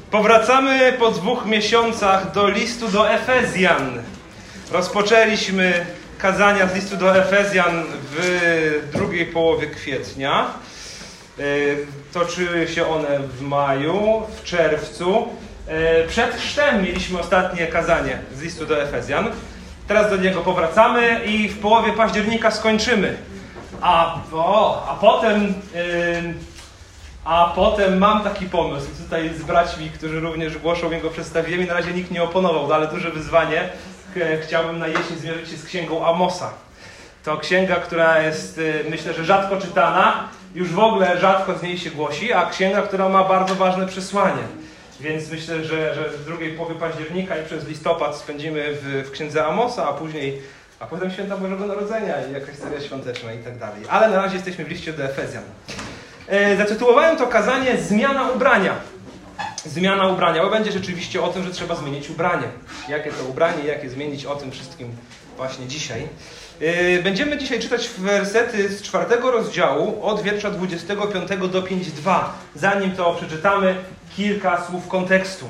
Powracamy po 2 miesiącach do listu do Efezjan. Rozpoczęliśmy kazania z listu do Efezjan w drugiej połowie kwietnia. Toczyły się one w maju, w czerwcu. Przed chrztem mieliśmy ostatnie kazanie z listu do Efezjan. Teraz do niego powracamy i w połowie października skończymy. A potem mam taki pomysł. Tutaj z braćmi, którzy również głoszą jego przedstawienie. Na razie nikt nie oponował, ale duże wyzwanie. Chciałbym na jesień zmierzyć się z księgą Amosa. To księga, która jest, myślę, że rzadko czytana. Już w ogóle rzadko z niej się głosi, a księga, która ma bardzo ważne przesłanie. Więc myślę, że w drugiej połowie października i przez listopad spędzimy w księdze Amosa, a potem święta Bożego Narodzenia i jakaś seria świąteczna i tak dalej. Ale na razie jesteśmy w liście do Efezjan. Zatytułowałem to kazanie Zmiana ubrania. Zmiana ubrania, bo będzie rzeczywiście o tym, że trzeba zmienić ubranie. Jakie to ubranie, jak je zmienić, o tym wszystkim właśnie dzisiaj. Będziemy dzisiaj czytać wersety z 4 rozdziału od wiersza 25 do 5:2. Zanim to przeczytamy, kilka słów kontekstu.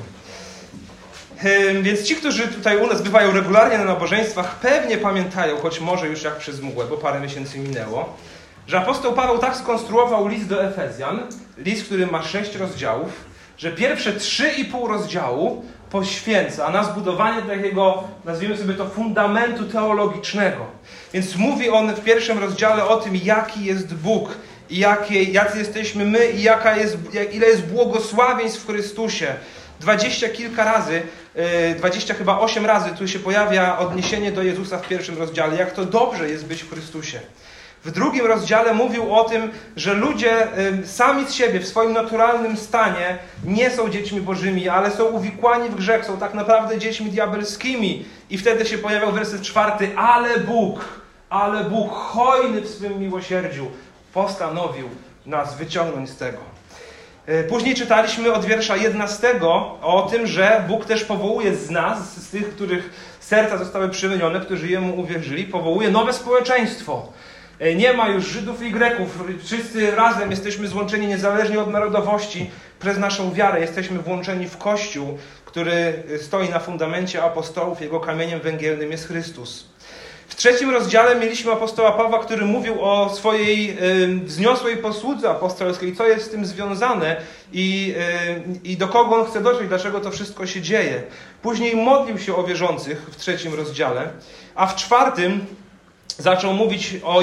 Więc ci, którzy tutaj u nas bywają regularnie na nabożeństwach, pewnie pamiętają, choć może już jak przez mgłę, bo parę miesięcy minęło, że apostoł Paweł tak skonstruował list do Efezjan, list, który ma 6 rozdziałów, że pierwsze 3,5 rozdziału poświęca na zbudowanie takiego, nazwijmy sobie to, fundamentu teologicznego. Więc mówi on w pierwszym rozdziale o tym, jaki jest Bóg i jacy jesteśmy my i ile jest błogosławieństw w Chrystusie. 20 kilka razy, 28 razy tu się pojawia odniesienie do Jezusa w pierwszym rozdziale, jak to dobrze jest być w Chrystusie. W drugim rozdziale mówił o tym, że ludzie sami z siebie w swoim naturalnym stanie nie są dziećmi bożymi, ale są uwikłani w grzech, są tak naprawdę dziećmi diabelskimi. I wtedy się pojawiał werset 4. Ale Bóg, hojny w swym miłosierdziu, postanowił nas wyciągnąć z tego. Później czytaliśmy od wiersza 11 o tym, że Bóg też powołuje z nas, z tych, których serca zostały przemienione, którzy Jemu uwierzyli, powołuje nowe społeczeństwo. Nie ma już Żydów i Greków. Wszyscy razem jesteśmy złączeni niezależnie od narodowości przez naszą wiarę. Jesteśmy włączeni w Kościół, który stoi na fundamencie apostołów. Jego kamieniem węgielnym jest Chrystus. W 3 rozdziale mieliśmy apostoła Pawła, który mówił o swojej wzniosłej posłudze apostolskiej, co jest z tym związane i do kogo on chce dotrzeć, dlaczego to wszystko się dzieje. Później modlił się o wierzących w 3 rozdziale, a w 4 zaczął mówić o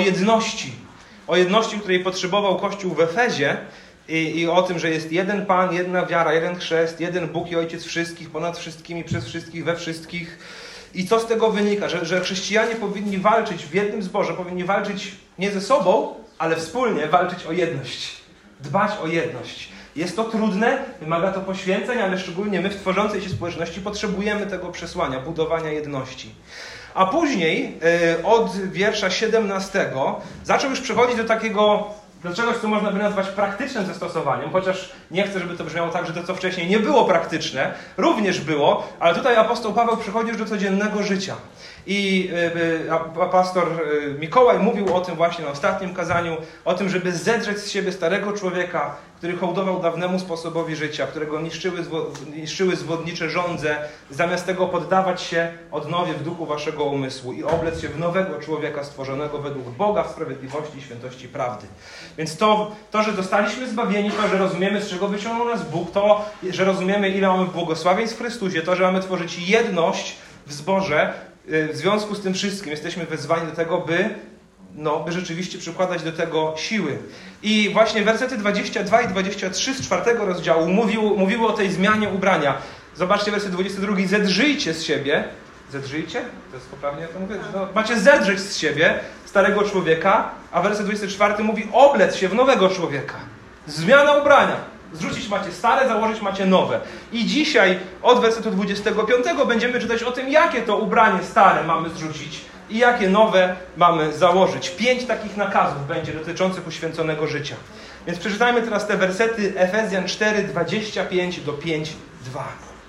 jedności, której potrzebował Kościół w Efezie i o tym, że jest jeden Pan, jedna wiara, jeden chrzest, jeden Bóg i Ojciec wszystkich, ponad wszystkimi, przez wszystkich, we wszystkich. I co z tego wynika? Że chrześcijanie powinni walczyć w jednym zborze, powinni walczyć nie ze sobą, ale wspólnie walczyć o jedność, dbać o jedność. Jest to trudne, wymaga to poświęceń, ale szczególnie my w tworzącej się społeczności potrzebujemy tego przesłania, budowania jedności. A później od wiersza 17 zaczął już przechodzić do czegoś, co można by nazwać praktycznym zastosowaniem, chociaż nie chcę, żeby to brzmiało tak, że to, co wcześniej nie było praktyczne, również było, ale tutaj apostoł Paweł przechodzi już do codziennego życia. I pastor Mikołaj mówił o tym właśnie na ostatnim kazaniu, o tym, żeby zedrzeć z siebie starego człowieka, który hołdował dawnemu sposobowi życia, którego niszczyły zwodnicze żądze, zamiast tego poddawać się odnowie w duchu waszego umysłu i oblec się w nowego człowieka stworzonego według Boga w sprawiedliwości i świętości prawdy. Więc to, że dostaliśmy zbawieni, to, że rozumiemy, z czego wyciągnął nas Bóg, to, że rozumiemy, ile mamy błogosławieństw w Chrystusie, to, że mamy tworzyć jedność w zborze, w związku z tym wszystkim jesteśmy wezwani do tego, by rzeczywiście przykładać do tego siły. I właśnie wersety 22 i 23 z 4 rozdziału mówiły o tej zmianie ubrania. Zobaczcie werset 22. Zedrzyjcie z siebie. Zedrzyjcie? To jest poprawnie to mówię? Macie zedrzeć z siebie starego człowieka, a werset 24 mówi oblec się w nowego człowieka. Zmiana ubrania. Zrzucić macie stare, założyć macie nowe. I dzisiaj od wersetu 25 będziemy czytać o tym, jakie to ubranie stare mamy zrzucić i jakie nowe mamy założyć. 5 takich nakazów będzie dotyczących uświęconego życia. Więc przeczytajmy teraz te wersety Efezjan 4, 25 do 5, 2.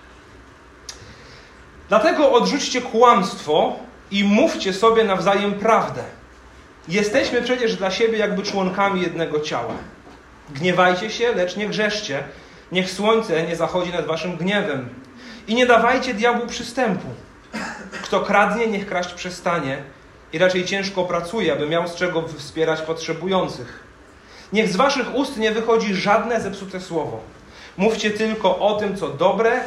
Dlatego odrzućcie kłamstwo i mówcie sobie nawzajem prawdę. Jesteśmy przecież dla siebie jakby członkami jednego ciała. Gniewajcie się, lecz nie grzeszcie. Niech słońce nie zachodzi nad waszym gniewem. I nie dawajcie diabłu przystępu. Kto kradnie, niech kraść przestanie i raczej ciężko pracuje, aby miał z czego wspierać potrzebujących. Niech z waszych ust nie wychodzi żadne zepsute słowo. Mówcie tylko o tym, co dobre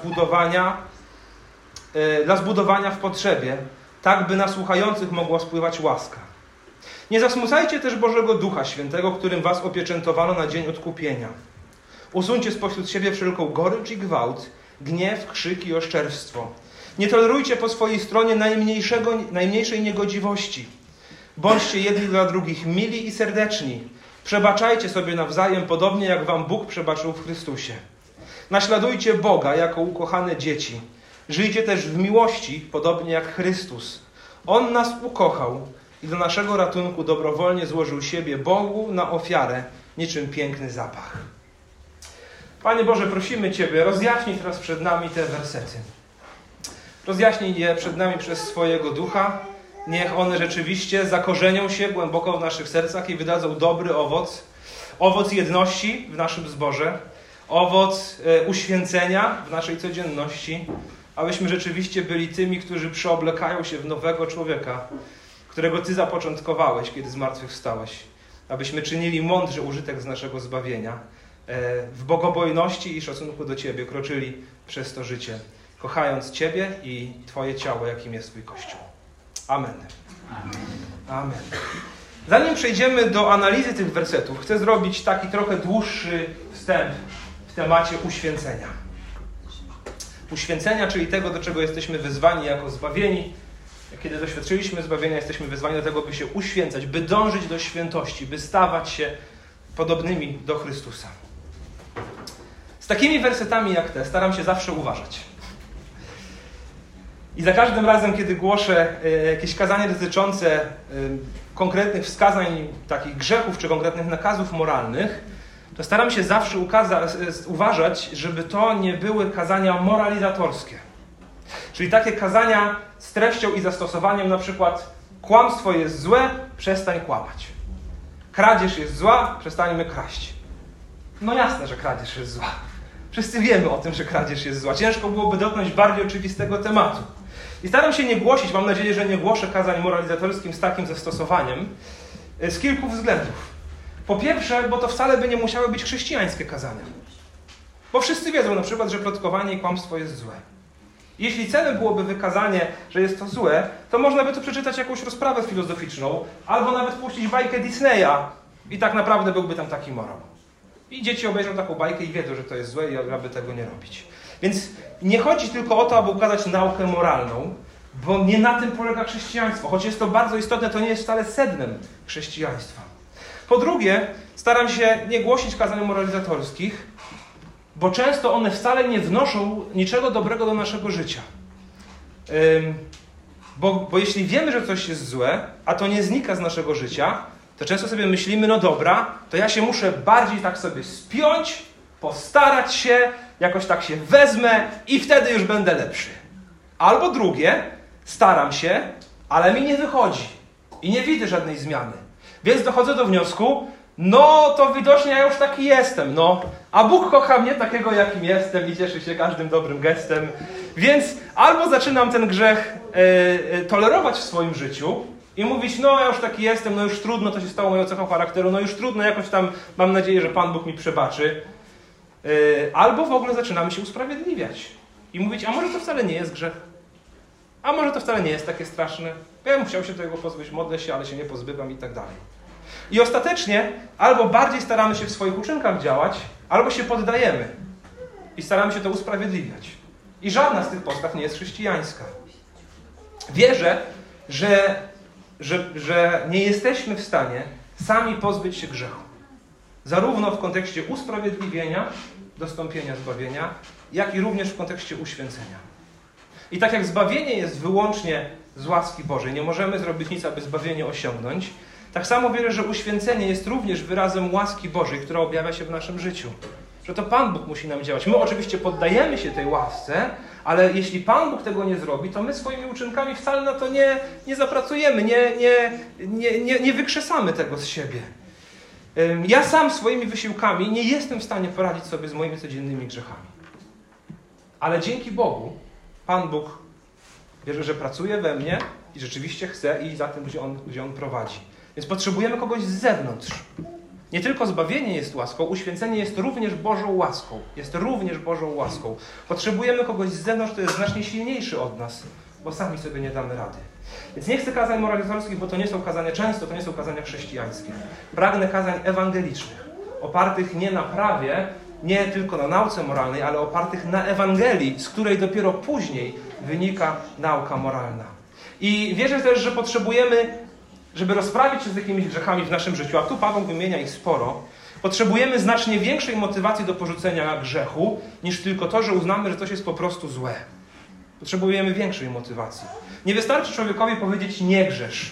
dla zbudowania w potrzebie, tak by na słuchających mogła spływać łaska. Nie zasmucajcie też Bożego Ducha Świętego, którym was opieczętowano na dzień odkupienia. Usuńcie spośród siebie wszelką gorycz i gwałt, gniew, krzyk i oszczerstwo. Nie tolerujcie po swojej stronie najmniejszej niegodziwości. Bądźcie jedni dla drugich mili i serdeczni. Przebaczajcie sobie nawzajem, podobnie jak wam Bóg przebaczył w Chrystusie. Naśladujcie Boga jako ukochane dzieci. Żyjcie też w miłości, podobnie jak Chrystus. On nas ukochał i do naszego ratunku dobrowolnie złożył siebie Bogu na ofiarę, niczym piękny zapach. Panie Boże, prosimy Ciebie, rozjaśnij teraz przed nami te wersety. Rozjaśnij je przed nami przez swojego Ducha. Niech one rzeczywiście zakorzenią się głęboko w naszych sercach i wydadzą dobry owoc. Owoc jedności w naszym zborze. Owoc uświęcenia w naszej codzienności. Abyśmy rzeczywiście byli tymi, którzy przyoblekają się w nowego człowieka, którego Ty zapoczątkowałeś, kiedy zmartwychwstałeś. Abyśmy czynili mądrze użytek z naszego zbawienia. W bogobojności i szacunku do Ciebie kroczyli przez to życie, kochając Ciebie i Twoje ciało, jakim jest Twój Kościół. Amen. Amen. Zanim przejdziemy do analizy tych wersetów, chcę zrobić taki trochę dłuższy wstęp w temacie uświęcenia. Uświęcenia, czyli tego, do czego jesteśmy wezwani jako zbawieni. Kiedy doświadczyliśmy zbawienia, jesteśmy wezwani do tego, by się uświęcać, by dążyć do świętości, by stawać się podobnymi do Chrystusa. Z takimi wersetami jak te staram się zawsze uważać. I za każdym razem, kiedy głoszę jakieś kazanie dotyczące konkretnych wskazań, takich grzechów czy konkretnych nakazów moralnych, to staram się zawsze uważać, żeby to nie były kazania moralizatorskie. Czyli takie kazania z treścią i zastosowaniem, na przykład kłamstwo jest złe, przestań kłamać. Kradzież jest zła, przestańmy kraść. No jasne, że kradzież jest zła. Wszyscy wiemy o tym, że kradzież jest zła. Ciężko byłoby dotknąć bardziej oczywistego tematu. I staram się nie głosić, mam nadzieję, że nie głoszę kazań moralizatorskim z takim zastosowaniem, z kilku względów. Po pierwsze, bo to wcale by nie musiały być chrześcijańskie kazania. Bo wszyscy wiedzą na przykład, że plotkowanie i kłamstwo jest złe. Jeśli celem byłoby wykazanie, że jest to złe, to można by tu przeczytać jakąś rozprawę filozoficzną, albo nawet puścić bajkę Disneya i tak naprawdę byłby tam taki morał. I dzieci obejrzą taką bajkę i wiedzą, że to jest złe i aby tego nie robić. Więc nie chodzi tylko o to, aby ukazać naukę moralną, bo nie na tym polega chrześcijaństwo. Choć jest to bardzo istotne, to nie jest wcale sednem chrześcijaństwa. Po drugie, staram się nie głosić kazań moralizatorskich, bo często one wcale nie wnoszą niczego dobrego do naszego życia. Bo jeśli wiemy, że coś jest złe, a to nie znika z naszego życia, to często sobie myślimy, no dobra, to ja się muszę bardziej tak sobie spiąć, postarać się, jakoś tak się wezmę i wtedy już będę lepszy. Albo drugie, staram się, ale mi nie wychodzi i nie widzę żadnej zmiany. Więc dochodzę do wniosku, no to widocznie ja już taki jestem, no. A Bóg kocha mnie takiego, jakim jestem i cieszy się każdym dobrym gestem. Więc albo zaczynam ten grzech tolerować w swoim życiu i mówić, no ja już taki jestem, no już trudno, to się stało moją cechą charakteru, no już trudno, jakoś tam mam nadzieję, że Pan Bóg mi przebaczy. Albo w ogóle zaczynamy się usprawiedliwiać i mówić, a może to wcale nie jest grzech. A może to wcale nie jest takie straszne. Ja bym chciał się tego pozbyć, modlę się, ale się nie pozbywam i tak dalej. I ostatecznie albo bardziej staramy się w swoich uczynkach działać, albo się poddajemy i staramy się to usprawiedliwiać. I żadna z tych postaw nie jest chrześcijańska. Wierzę, że nie jesteśmy w stanie sami pozbyć się grzechu. Zarówno w kontekście usprawiedliwienia, dostąpienia zbawienia, jak i również w kontekście uświęcenia. I tak jak zbawienie jest wyłącznie z łaski Bożej, nie możemy zrobić nic, aby zbawienie osiągnąć, tak samo wierzę, że uświęcenie jest również wyrazem łaski Bożej, która objawia się w naszym życiu. Że to Pan Bóg musi nam działać. My oczywiście poddajemy się tej łasce, ale jeśli Pan Bóg tego nie zrobi, to my swoimi uczynkami wcale na to nie zapracujemy, nie wykrzesamy tego z siebie. Ja sam swoimi wysiłkami nie jestem w stanie poradzić sobie z moimi codziennymi grzechami. Ale dzięki Bogu, Pan Bóg wierzę, że pracuje we mnie i rzeczywiście chce iść za tym, gdzie On prowadzi. Więc potrzebujemy kogoś z zewnątrz. Nie tylko zbawienie jest łaską, uświęcenie jest również Bożą łaską. Jest również Bożą łaską. Potrzebujemy kogoś z zewnątrz, kto jest znacznie silniejszy od nas, bo sami sobie nie damy rady. Więc nie chcę kazań moralizatorskich, bo to nie są kazania często, to nie są kazania chrześcijańskie. Pragnę kazań ewangelicznych, opartych nie na prawie, nie tylko na nauce moralnej, ale opartych na Ewangelii, z której dopiero później wynika nauka moralna. I wierzę też, że potrzebujemy, żeby rozprawić się z jakimiś grzechami w naszym życiu, a tu Paweł wymienia ich sporo, potrzebujemy znacznie większej motywacji do porzucenia grzechu, niż tylko to, że uznamy, że coś jest po prostu złe. Potrzebujemy większej motywacji. Nie wystarczy człowiekowi powiedzieć nie grzesz.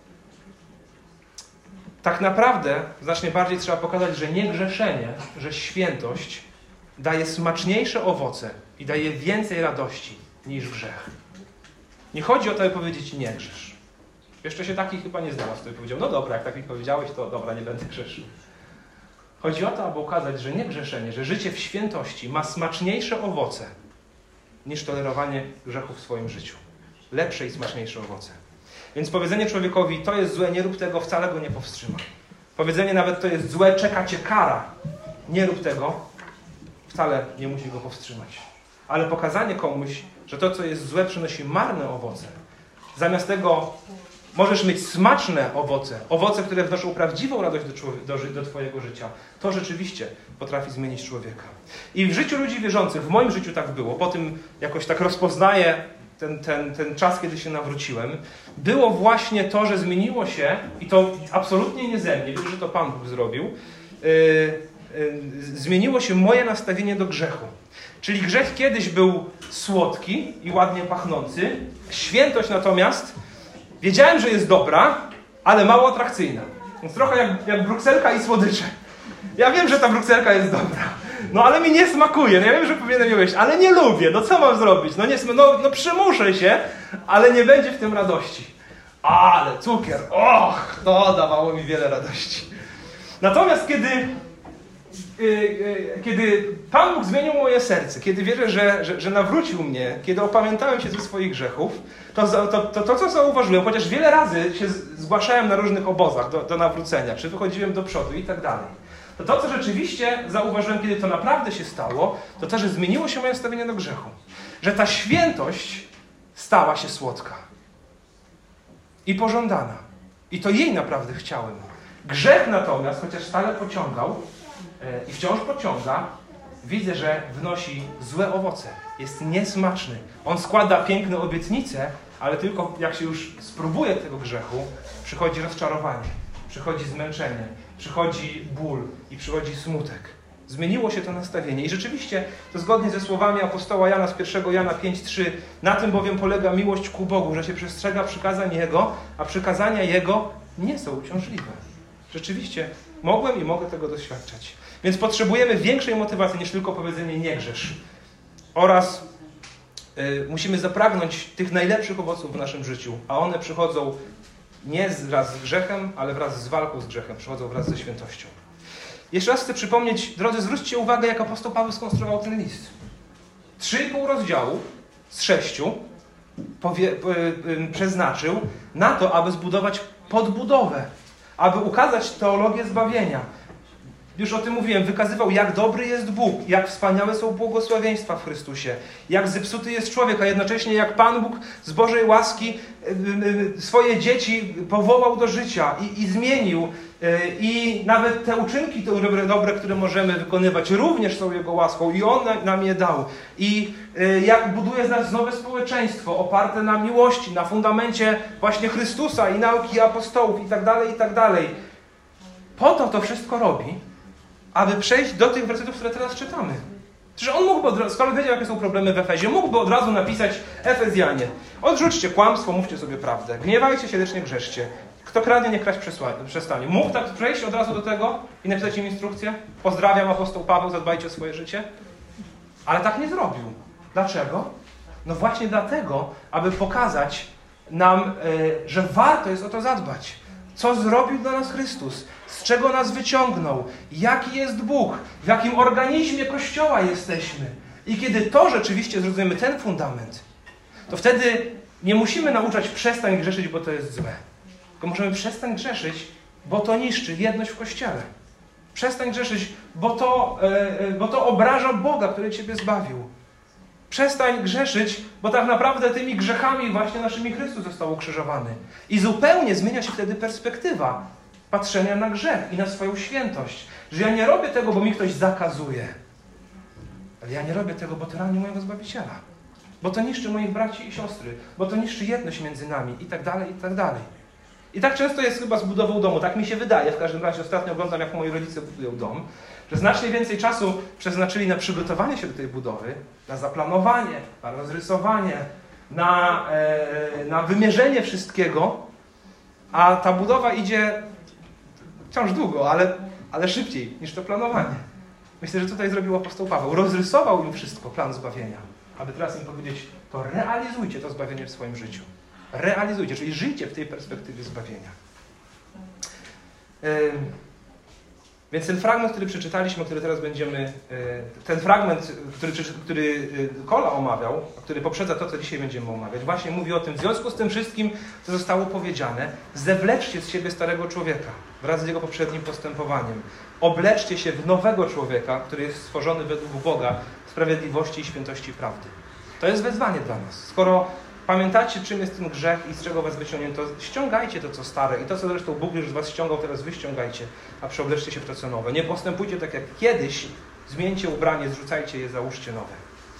Tak naprawdę znacznie bardziej trzeba pokazać, że niegrzeszenie, że świętość daje smaczniejsze owoce i daje więcej radości niż grzech. Nie chodzi o to, by powiedzieć nie grzesz. Jeszcze się taki chyba nie znalazł, który powiedział, no dobra, jak tak mi powiedziałeś, to dobra, nie będę grzeszył. Chodzi o to, aby ukazać, że niegrzeszenie, że życie w świętości ma smaczniejsze owoce niż tolerowanie grzechu w swoim życiu. Lepsze i smaczniejsze owoce. Więc powiedzenie człowiekowi, to jest złe, nie rób tego, wcale go nie powstrzyma. Powiedzenie nawet, to jest złe, czeka cię kara, nie rób tego, wcale nie musi go powstrzymać. Ale pokazanie komuś, że to, co jest złe, przynosi marne owoce. Zamiast tego możesz mieć smaczne owoce, owoce, które wnoszą prawdziwą radość do twojego życia. To rzeczywiście potrafi zmienić człowieka. I w życiu ludzi wierzących, w moim życiu tak było, po tym jakoś tak rozpoznaję ten czas, kiedy się nawróciłem, było właśnie to, że zmieniło się, i to absolutnie nie ze mnie, wiem, że to Pan Bóg zrobił, zmieniło się moje nastawienie do grzechu. Czyli grzech kiedyś był słodki i ładnie pachnący, świętość natomiast wiedziałem, że jest dobra, ale mało atrakcyjna. Więc trochę jak brukselka i słodycze. Ja wiem, że ta brukselka jest dobra. No ale mi nie smakuje. No, ja wiem, że powinienem ją jeść, ale nie lubię. No co mam zrobić? No przymuszę się, ale nie będzie w tym radości. Ale cukier, to dawało mi wiele radości. Natomiast kiedy Pan Bóg zmienił moje serce, kiedy wierzę, że nawrócił mnie, kiedy opamiętałem się ze swoich grzechów, to co zauważyłem, chociaż wiele razy się zgłaszałem na różnych obozach do nawrócenia, czy wychodziłem do przodu i tak dalej, to co rzeczywiście zauważyłem, kiedy to naprawdę się stało, to, że zmieniło się moje nastawienie do grzechu. Że ta świętość stała się słodka i pożądana. I to jej naprawdę chciałem. Grzech natomiast, chociaż stale pociągał i wciąż pociąga, widzę, że wnosi złe owoce. Jest niesmaczny. On składa piękne obietnice, ale tylko jak się już spróbuje tego grzechu, przychodzi rozczarowanie, przychodzi zmęczenie, przychodzi ból i przychodzi smutek. Zmieniło się to nastawienie. I rzeczywiście to zgodnie ze słowami apostoła Jana z 1 Jana 5:3, na tym bowiem polega miłość ku Bogu, że się przestrzega przykazań Jego, a przykazania Jego nie są uciążliwe. Rzeczywiście mogłem i mogę tego doświadczać. Więc potrzebujemy większej motywacji niż tylko powiedzenie nie grzesz. Oraz musimy zapragnąć tych najlepszych owoców w naszym życiu, a one przychodzą nie wraz z grzechem, ale wraz z walką z grzechem. Przychodzą wraz ze świętością. Jeszcze raz chcę przypomnieć, drodzy, zwróćcie uwagę, jak apostoł Paweł skonstruował ten list. 3,5 rozdziału z 6 przeznaczył na to, aby zbudować podbudowę, aby ukazać teologię zbawienia. Już o tym mówiłem, wykazywał, jak dobry jest Bóg, jak wspaniałe są błogosławieństwa w Chrystusie, jak zepsuty jest człowiek, a jednocześnie jak Pan Bóg z Bożej łaski swoje dzieci powołał do życia i zmienił. I nawet te uczynki dobre, które możemy wykonywać, również są Jego łaską i On nam je dał. I jak buduje z nas nowe społeczeństwo oparte na miłości, na fundamencie właśnie Chrystusa i nauki apostołów i tak dalej. Po to wszystko robi, aby przejść do tych wersetów, które teraz czytamy. Że on mógłby, skoro wiedział, jakie są problemy w Efezie, mógłby od razu napisać Efezjanie: odrzućcie kłamstwo, mówcie sobie prawdę, gniewajcie się, lecz nie grzeszcie. Kto kradnie, niech kraść przestanie. Mógł tak przejść od razu do tego i napisać im instrukcję? Pozdrawiam, apostoł Paweł, zadbajcie o swoje życie. Ale tak nie zrobił. Dlaczego? No właśnie dlatego, aby pokazać nam, że warto jest o to zadbać. Co zrobił dla nas Chrystus? Z czego nas wyciągnął? Jaki jest Bóg? W jakim organizmie Kościoła jesteśmy? I kiedy to rzeczywiście zrozumiemy, ten fundament, to wtedy nie musimy nauczać przestań grzeszyć, bo to jest złe. Tylko możemy przestań grzeszyć, bo to niszczy jedność w Kościele. Przestań grzeszyć, bo to obraża Boga, który Ciebie zbawił. Przestań grzeszyć, bo tak naprawdę tymi grzechami właśnie naszymi Chrystus został ukrzyżowany. I zupełnie zmienia się wtedy perspektywa patrzenia na grzech i na swoją świętość. Że ja nie robię tego, bo mi ktoś zakazuje. Ale ja nie robię tego, bo to rani mojego Zbawiciela. Bo to niszczy moich braci i siostry. Bo to niszczy jedność między nami i tak dalej, i tak dalej. I tak często jest chyba z budową domu. Tak mi się wydaje. W każdym razie ostatnio oglądam, jak moi rodzice budują dom. Że znacznie więcej czasu przeznaczyli na przygotowanie się do tej budowy, na zaplanowanie, na rozrysowanie, na wymierzenie wszystkiego, a ta budowa idzie wciąż długo, ale szybciej niż to planowanie. Myślę, że tutaj zrobił apostoł Paweł. Rozrysował im wszystko, plan zbawienia, aby teraz im powiedzieć, to realizujcie to zbawienie w swoim życiu. Realizujcie, czyli żyjcie w tej perspektywie zbawienia. Więc ten fragment, który przeczytaliśmy, który teraz będziemy, ten fragment, który Kola omawiał, który poprzedza to, co dzisiaj będziemy omawiać, właśnie mówi o tym, w związku z tym wszystkim, co zostało powiedziane, zewleczcie z siebie starego człowieka wraz z jego poprzednim postępowaniem. Obleczcie się w nowego człowieka, który jest stworzony według Boga, sprawiedliwości i świętości prawdy. To jest wezwanie dla nas. Skoro pamiętacie, czym jest ten grzech i z czego was wyciągnięto, ściągajcie to, co stare i to, co zresztą Bóg już z was ściągał, teraz wy ściągajcie, a przeobleczcie się w to, co nowe. Nie postępujcie tak jak kiedyś, zmieńcie ubranie, zrzucajcie je, załóżcie nowe.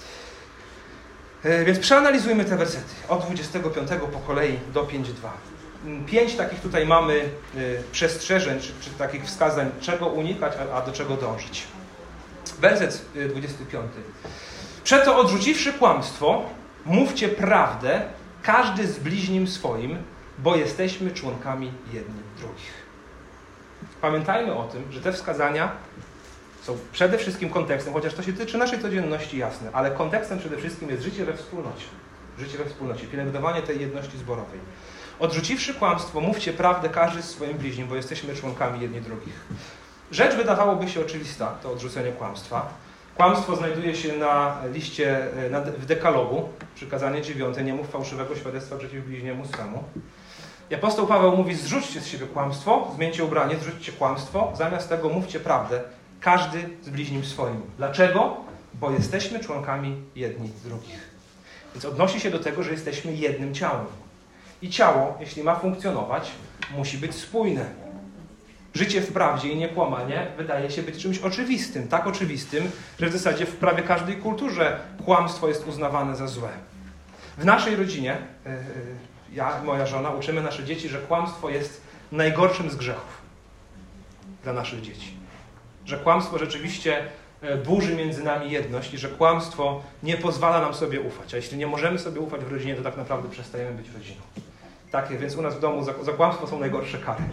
Więc przeanalizujmy te wersety od 25 po kolei do 5:2. 5 takich tutaj mamy przestrzeżeń, czy takich wskazań, czego unikać, a do czego dążyć. Werset 25. Przeto odrzuciwszy kłamstwo, mówcie prawdę, każdy z bliźnim swoim, bo jesteśmy członkami jedni drugich. Pamiętajmy o tym, że te wskazania są przede wszystkim kontekstem, chociaż to się tyczy naszej codzienności, jasne, ale kontekstem przede wszystkim jest życie we wspólnocie. Życie we wspólnocie, pielęgnowanie tej jedności zborowej. Odrzuciwszy kłamstwo, mówcie prawdę, każdy z swoim bliźnim, bo jesteśmy członkami jedni drugich. Rzecz wydawałoby się oczywista, to odrzucenie kłamstwa. Kłamstwo znajduje się na liście, w dekalogu, przykazanie 9, nie mów fałszywego świadectwa przeciw bliźniemu swemu. I apostoł Paweł mówi, zrzućcie z siebie kłamstwo, zmieńcie ubranie, zrzućcie kłamstwo, zamiast tego mówcie prawdę, każdy z bliźnim swoim. Dlaczego? Bo jesteśmy członkami jedni drugich. Więc odnosi się do tego, że jesteśmy jednym ciałem. I ciało, jeśli ma funkcjonować, musi być spójne. Życie w prawdzie i niekłamanie wydaje się być czymś oczywistym. Tak oczywistym, że w zasadzie w prawie każdej kulturze kłamstwo jest uznawane za złe. W naszej rodzinie, ja i moja żona, uczymy nasze dzieci, że kłamstwo jest najgorszym z grzechów dla naszych dzieci. Że kłamstwo rzeczywiście burzy między nami jedność i że kłamstwo nie pozwala nam sobie ufać. A jeśli nie możemy sobie ufać w rodzinie, to tak naprawdę przestajemy być rodziną. Takie, więc u nas w domu za kłamstwo są najgorsze kary.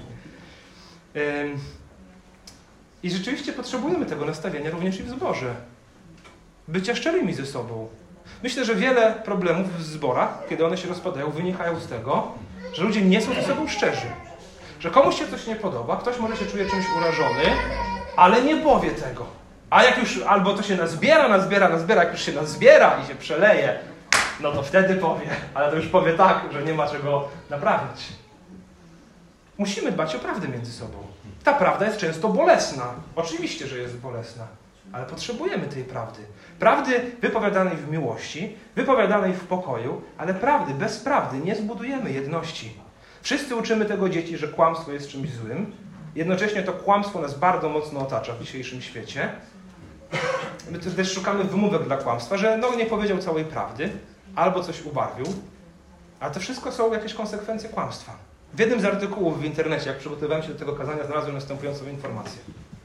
I rzeczywiście potrzebujemy tego nastawienia również i w zborze. Bycia szczerymi ze sobą. Myślę, że wiele problemów w zborach, kiedy one się rozpadają, wynikają z tego, że ludzie nie są ze sobą szczerzy. Że komuś się coś nie podoba, ktoś może się czuje czymś urażony, ale nie powie tego. A jak już albo to się nazbiera, jak już się nazbiera i się przeleje, no to wtedy powie. Ale to już powie tak, że nie ma czego naprawiać. Musimy dbać o prawdę między sobą. Ta prawda jest często bolesna. Oczywiście, że jest bolesna. Ale potrzebujemy tej prawdy. Prawdy wypowiadanej w miłości, wypowiadanej w pokoju, ale prawdy, bez prawdy nie zbudujemy jedności. Wszyscy uczymy tego dzieci, że kłamstwo jest czymś złym. Jednocześnie to kłamstwo nas bardzo mocno otacza w dzisiejszym świecie. My też szukamy wymówek dla kłamstwa, że nie powiedział całej prawdy, albo coś ubarwił. A to wszystko są jakieś konsekwencje kłamstwa. W jednym z artykułów w internecie, jak przygotowywałem się do tego kazania, znalazłem następującą informację.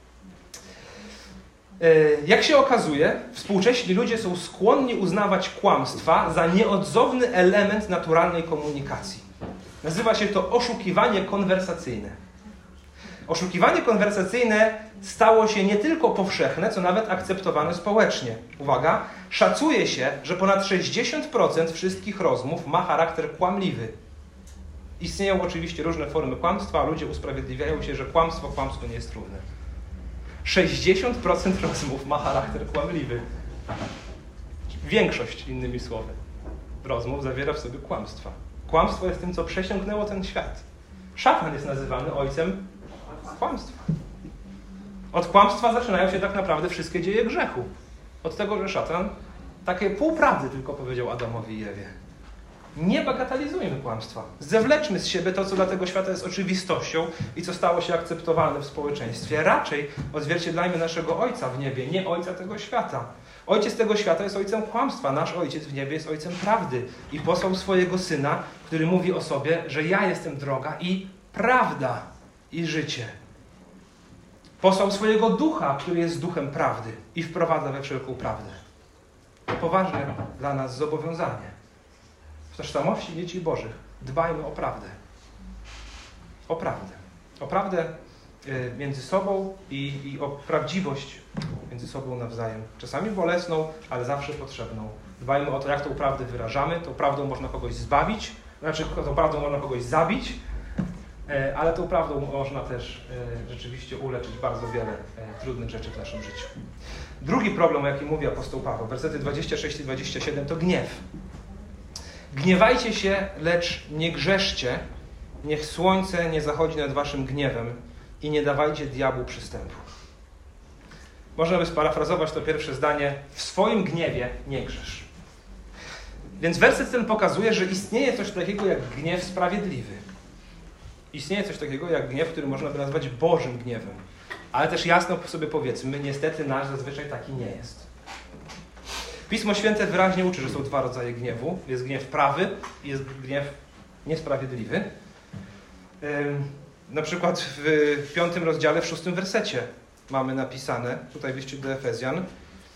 Jak się okazuje, współcześni ludzie są skłonni uznawać kłamstwa za nieodzowny element naturalnej komunikacji. Nazywa się to oszukiwanie konwersacyjne. Oszukiwanie konwersacyjne stało się nie tylko powszechne, co nawet akceptowane społecznie. Uwaga, szacuje się, że ponad 60% wszystkich rozmów ma charakter kłamliwy. Istnieją oczywiście różne formy kłamstwa, a ludzie usprawiedliwiają się, że kłamstwo kłamstwu nie jest równe. 60% rozmów ma charakter kłamliwy. Większość, innymi słowy, rozmów zawiera w sobie kłamstwa. Kłamstwo jest tym, co przesiąknęło ten świat. Szatan jest nazywany ojcem kłamstwa. Od kłamstwa zaczynają się tak naprawdę wszystkie dzieje grzechu. Od tego, że szatan takie półprawdy tylko powiedział Adamowi i Ewie. Nie bagatelizujmy kłamstwa. Zewleczmy z siebie to, co dla tego świata jest oczywistością i co stało się akceptowalne w społeczeństwie. Raczej odzwierciedlajmy naszego Ojca w niebie, nie ojca tego świata. Ojciec tego świata jest ojcem kłamstwa. Nasz Ojciec w niebie jest ojcem prawdy. I posłał swojego Syna, który mówi o sobie, że ja jestem droga i prawda i życie. Posłał swojego Ducha, który jest duchem prawdy i wprowadza we wszelką prawdę. To poważne dla nas zobowiązanie. W tożsamości dzieci Bożych dbajmy o prawdę. O prawdę. O prawdę między sobą i o prawdziwość między sobą nawzajem. Czasami bolesną, ale zawsze potrzebną. Dbajmy o to, jak tą prawdę wyrażamy. Tą prawdą można kogoś zbawić, tą prawdą można kogoś zabić, ale tą prawdą można też rzeczywiście uleczyć bardzo wiele trudnych rzeczy w naszym życiu. Drugi problem, o jakim mówi apostoł Paweł, wersety 26 i 27, to gniew. Gniewajcie się, lecz nie grzeszcie, niech słońce nie zachodzi nad waszym gniewem i nie dawajcie diabłu przystępu. Można by sparafrazować to pierwsze zdanie: w swoim gniewie nie grzesz. Więc werset ten pokazuje, że istnieje coś takiego jak gniew sprawiedliwy. Istnieje coś takiego jak gniew, który można by nazwać Bożym gniewem. Ale też jasno sobie powiedzmy, niestety nasz zazwyczaj taki nie jest. Pismo Święte wyraźnie uczy, że są dwa rodzaje gniewu. Jest gniew prawy i jest gniew niesprawiedliwy. Na przykład w 5 rozdziale, w 6 wersecie mamy napisane, tutaj w liście do Efezjan: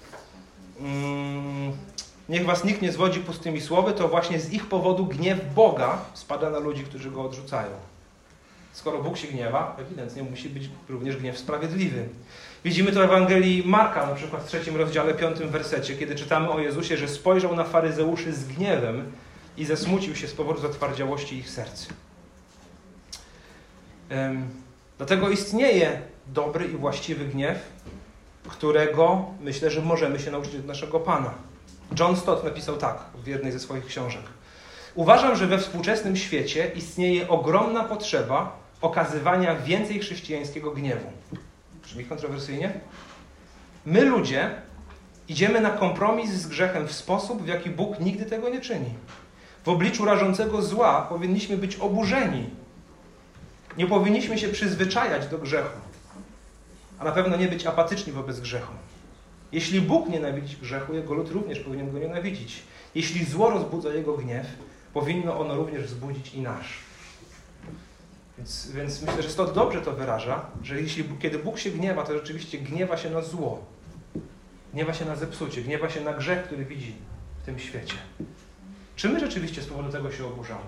niech was nikt nie zwodzi pustymi słowy, to właśnie z ich powodu gniew Boga spada na ludzi, którzy go odrzucają. Skoro Bóg się gniewa, ewidentnie musi być również gniew sprawiedliwy. Widzimy to w Ewangelii Marka, na przykład w 3 rozdziale, 5 wersecie, kiedy czytamy o Jezusie, że spojrzał na faryzeuszy z gniewem i zesmucił się z powodu zatwardziałości ich serc. Dlatego istnieje dobry i właściwy gniew, którego myślę, że możemy się nauczyć od naszego Pana. John Stott napisał tak w jednej ze swoich książek: uważam, że we współczesnym świecie istnieje ogromna potrzeba okazywania więcej chrześcijańskiego gniewu. Brzmi kontrowersyjnie? My, ludzie, idziemy na kompromis z grzechem w sposób, w jaki Bóg nigdy tego nie czyni. W obliczu rażącego zła powinniśmy być oburzeni. Nie powinniśmy się przyzwyczajać do grzechu, a na pewno nie być apatyczni wobec grzechu. Jeśli Bóg nienawidzi grzechu, Jego lud również powinien go nienawidzić. Jeśli zło rozbudza Jego gniew, powinno ono również wzbudzić i nasz. Więc myślę, że Stott dobrze to wyraża, że kiedy Bóg się gniewa, to rzeczywiście gniewa się na zło. Gniewa się na zepsucie, gniewa się na grzech, który widzi w tym świecie. Czy my rzeczywiście z powodu tego się oburzamy?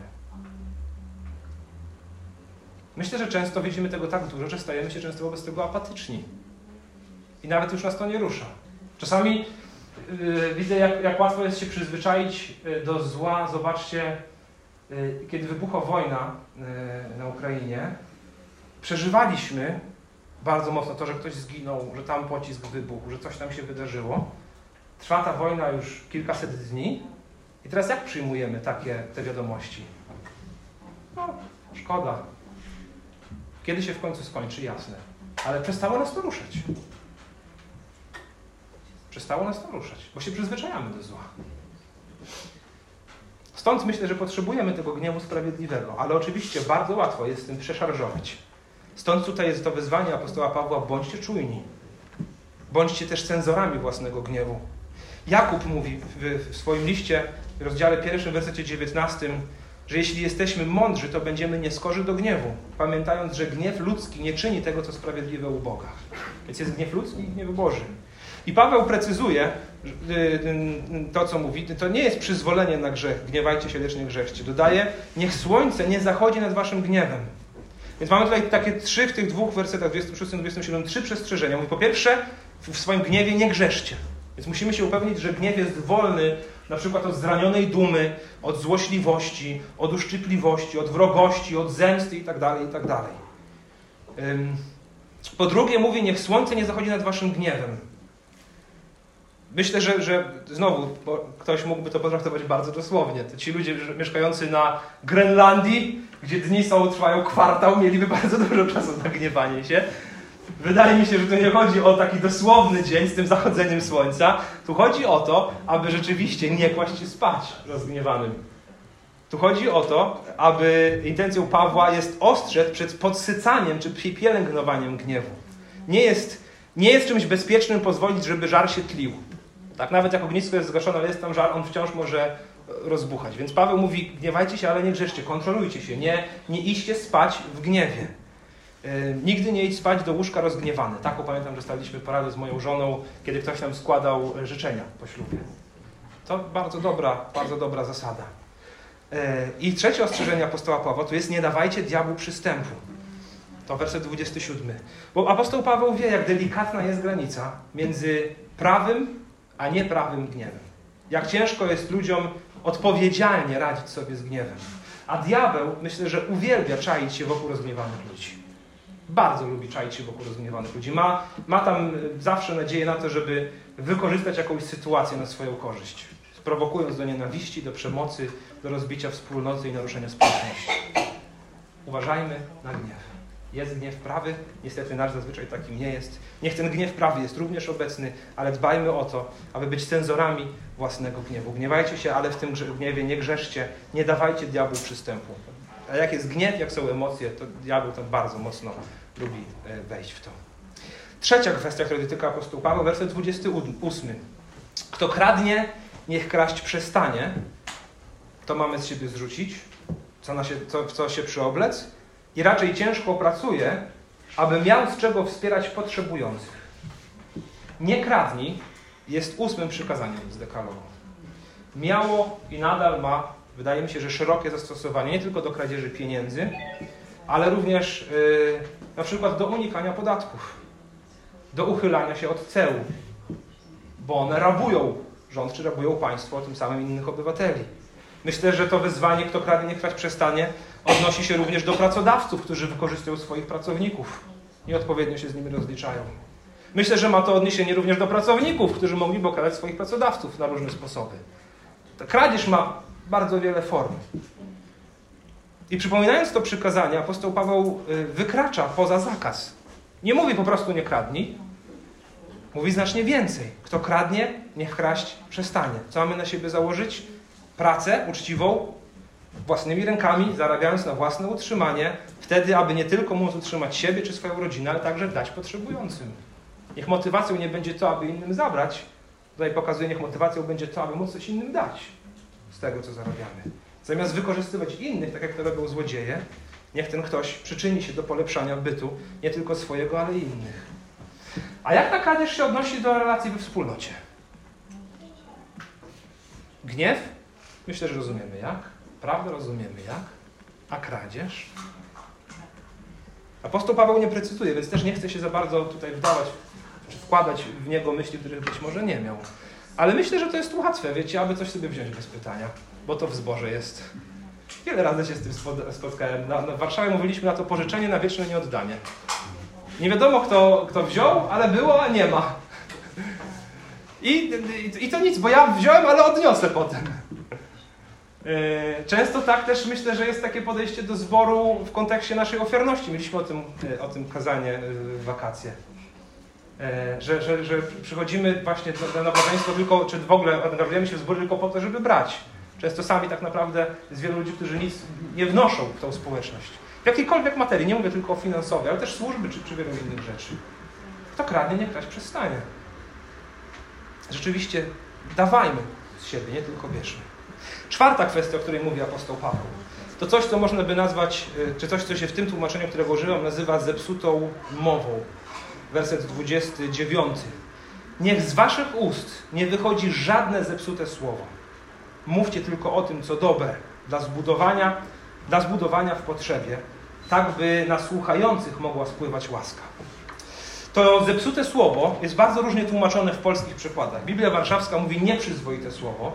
Myślę, że często widzimy tego tak dużo, że stajemy się często wobec tego apatyczni. I nawet już nas to nie rusza. Czasami widzę, jak łatwo jest się przyzwyczaić do zła. Zobaczcie, kiedy wybuchła wojna na Ukrainie, przeżywaliśmy bardzo mocno to, że ktoś zginął, że tam pocisk wybuchł, że coś tam się wydarzyło. Trwa ta wojna już kilkaset dni i teraz jak przyjmujemy te wiadomości? No, szkoda. Kiedy się w końcu skończy? Jasne. Ale przestało nas to ruszać. Przestało nas to ruszać, bo się przyzwyczajamy do zła. Stąd myślę, że potrzebujemy tego gniewu sprawiedliwego, ale oczywiście bardzo łatwo jest z tym przeszarżować. Stąd tutaj jest to wezwanie apostoła Pawła: bądźcie czujni. Bądźcie też cenzorami własnego gniewu. Jakub mówi w swoim liście, w rozdziale 1, wersecie 19, że jeśli jesteśmy mądrzy, to będziemy nieskorzy do gniewu, pamiętając, że gniew ludzki nie czyni tego, co sprawiedliwe u Boga. Więc jest gniew ludzki i gniew Boży. I Paweł precyzuje to, co mówi. To nie jest przyzwolenie na grzech. Gniewajcie się, lecz nie grzeszcie. Dodaje: niech słońce nie zachodzi nad waszym gniewem. Więc mamy tutaj takie w tych dwóch wersetach, 26 i 27, 3 przestrzeżenia. Mówi: po pierwsze, w swoim gniewie nie grzeszcie. Więc musimy się upewnić, że gniew jest wolny Na przykład od zranionej dumy, od złośliwości, od uszczypliwości, od wrogości, od zemsty itd., itd. Po drugie mówi, niech słońce nie zachodzi nad waszym gniewem. Myślę, że znowu ktoś mógłby to potraktować bardzo dosłownie. Ci ludzie mieszkający na Grenlandii, gdzie dni trwają kwartał, mieliby bardzo dużo czasu na gniewanie się. Wydaje mi się, że tu nie chodzi o taki dosłowny dzień z tym zachodzeniem słońca. Tu chodzi o to, aby rzeczywiście nie kłaść się spać rozgniewanym. Tu chodzi o to, aby intencją Pawła jest ostrzec przed podsycaniem czy pielęgnowaniem gniewu. Nie jest czymś bezpiecznym pozwolić, żeby żar się tlił. Tak, nawet jak ognisko jest zgaszone, ale jest tam żar, on wciąż może rozbuchać. Więc Paweł mówi, gniewajcie się, ale nie grzeszcie, kontrolujcie się, nie idźcie spać w gniewie. Nigdy nie idź spać do łóżka rozgniewany. Taką pamiętam, że staliśmy poradę z moją żoną, kiedy ktoś nam składał życzenia po ślubie. To bardzo dobra zasada. I trzecie ostrzeżenie apostoła Pawła to jest nie dawajcie diabłu przystępu. To werset 27. Bo apostoł Paweł wie, jak delikatna jest granica między prawym a nieprawym gniewem. Jak ciężko jest ludziom odpowiedzialnie radzić sobie z gniewem. A diabeł, myślę, że uwielbia czaić się wokół rozgniewanych ludzi. Bardzo lubi czaić się wokół rozgniewanych ludzi. Ma tam zawsze nadzieję na to, żeby wykorzystać jakąś sytuację na swoją korzyść. Sprowokując do nienawiści, do przemocy, do rozbicia wspólnoty i naruszenia społeczności. Uważajmy na gniew. Jest gniew prawy, niestety nasz zazwyczaj takim nie jest. Niech ten gniew prawy jest również obecny, ale dbajmy o to, aby być cenzorami własnego gniewu. Gniewajcie się, ale w tym gniewie nie grzeszcie, nie dawajcie diabłu przystępu. A jak jest gniew, jak są emocje, to diabeł tam bardzo mocno lubi wejść w to. Trzecia kwestia, która dotyka apostoł Paweł, werset 28. Kto kradnie, niech kraść przestanie. To mamy z siebie zrzucić, w co się przyoblec. I raczej ciężko pracuje, aby miał z czego wspierać potrzebujących. Nie kradnij jest 8. przykazaniem z dekalogu. Miało i nadal ma, wydaje mi się, że szerokie zastosowanie nie tylko do kradzieży pieniędzy, ale również na przykład do unikania podatków, do uchylania się od ceł, bo one rabują rząd czy rabują państwo, a tym samym innych obywateli. Myślę, że to wyzwanie, kto kradnie, niech kraść przestanie, odnosi się również do pracodawców, którzy wykorzystują swoich pracowników. Nieodpowiednio się z nimi rozliczają. Myślę, że ma to odniesienie również do pracowników, którzy mogliby okradać swoich pracodawców na różne sposoby. Ta kradzież ma bardzo wiele form. I przypominając to przykazanie, apostoł Paweł wykracza poza zakaz. Nie mówi po prostu nie kradnij. Mówi znacznie więcej. Kto kradnie, niech kraść przestanie. Co mamy na siebie założyć? Pracę uczciwą, własnymi rękami, zarabiając na własne utrzymanie, wtedy, aby nie tylko móc utrzymać siebie czy swoją rodzinę, ale także dać potrzebującym. Niech motywacją nie będzie to, aby innym zabrać. Tutaj pokazuje, niech motywacją będzie to, aby móc coś innym dać z tego, co zarabiamy. Zamiast wykorzystywać innych, tak jak to robią złodzieje, niech ten ktoś przyczyni się do polepszania bytu, nie tylko swojego, ale i innych. A jak ta kradzież się odnosi do relacji we wspólnocie? Gniew? Myślę, że rozumiemy jak. Prawdę rozumiemy jak. A kradzież? Apostoł Paweł nie precyzuje, więc też nie chce się za bardzo tutaj wdawać, czy wkładać w niego myśli, których być może nie miał. Ale myślę, że to jest łatwe, wiecie, aby coś sobie wziąć bez pytania, bo to w zborze jest. Wiele razy się z tym spotkałem. W Warszawie mówiliśmy na to pożyczenie na wieczne nieoddanie. Nie wiadomo, kto wziął, ale było, a nie ma. I to nic, bo ja wziąłem, ale odniosę potem. Często tak też myślę, że jest takie podejście do zboru w kontekście naszej ofiarności. Mieliśmy o tym kazanie w wakacje. Że przychodzimy właśnie na nabożeństwo tylko, czy w ogóle angażujemy się w zbór tylko po to, żeby brać. Często sami tak naprawdę jest wielu ludzi, którzy nic nie wnoszą w tą społeczność. W jakiejkolwiek materii, nie mówię tylko o finansowej, ale też służby czy wielu innych rzeczy. Kto kradnie, niech kraść przestanie. Rzeczywiście dawajmy z siebie, nie tylko bierzmy. Czwarta kwestia, o której mówi apostoł Paweł, to coś, co można by nazwać, czy coś, co się w tym tłumaczeniu, którego używam, nazywa zepsutą mową. Werset 29. Niech z waszych ust nie wychodzi żadne zepsute słowo. Mówcie tylko o tym, co dobre, dla zbudowania w potrzebie, tak by na słuchających mogła spływać łaska. To zepsute słowo jest bardzo różnie tłumaczone w polskich przekładach. Biblia Warszawska mówi nieprzyzwoite słowo.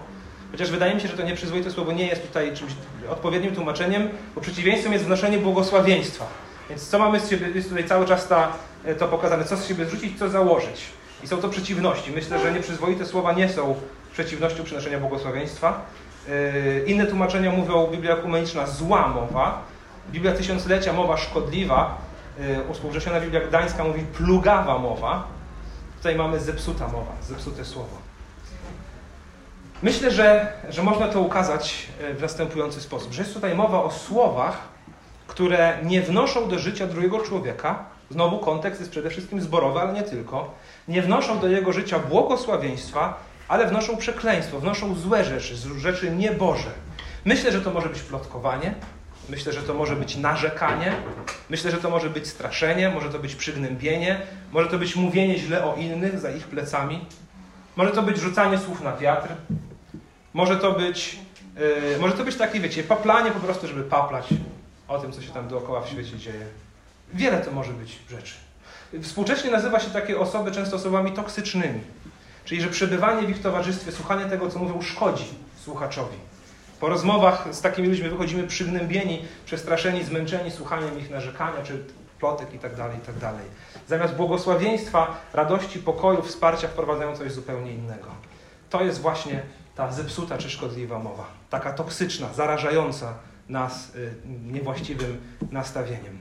Chociaż wydaje mi się, że to nieprzyzwoite słowo nie jest tutaj czymś odpowiednim tłumaczeniem, bo przeciwieństwem jest wnoszenie błogosławieństwa. Więc co mamy z siebie, jest tutaj cały czas to pokazane, co z siebie zrzucić, co założyć. I są to przeciwności. Myślę, że nieprzyzwoite słowa nie są przeciwnością przynoszenia błogosławieństwa. Inne tłumaczenia mówią Biblia ekumeniczna zła mowa, Biblia Tysiąclecia mowa szkodliwa, uspółcześniona Biblia Gdańska mówi plugawa mowa. Tutaj mamy zepsuta mowa, zepsute słowo. Myślę, że można to ukazać w następujący sposób, że jest tutaj mowa o słowach, które nie wnoszą do życia drugiego człowieka. Znowu kontekst jest przede wszystkim zborowy, ale nie tylko. Nie wnoszą do jego życia błogosławieństwa, ale wnoszą przekleństwo, wnoszą złe rzeczy, rzeczy nieboże. Myślę, że to może być plotkowanie, myślę, że to może być narzekanie, myślę, że to może być straszenie, może to być przygnębienie, może to być mówienie źle o innych za ich plecami, może to być rzucanie słów na wiatr, może to być takie, wiecie, paplanie po prostu, żeby paplać o tym, co się tam dookoła w świecie dzieje. Wiele to może być rzeczy. Współcześnie nazywa się takie osoby często osobami toksycznymi. Czyli, że przebywanie w ich towarzystwie, słuchanie tego, co mówią, szkodzi słuchaczowi. Po rozmowach z takimi ludźmi wychodzimy przygnębieni, przestraszeni, zmęczeni słuchaniem ich narzekania, czy plotek itd., itd. Zamiast błogosławieństwa, radości, pokoju, wsparcia wprowadzają coś zupełnie innego. To jest właśnie ta zepsuta czy szkodliwa mowa. Taka toksyczna, zarażająca nas niewłaściwym nastawieniem.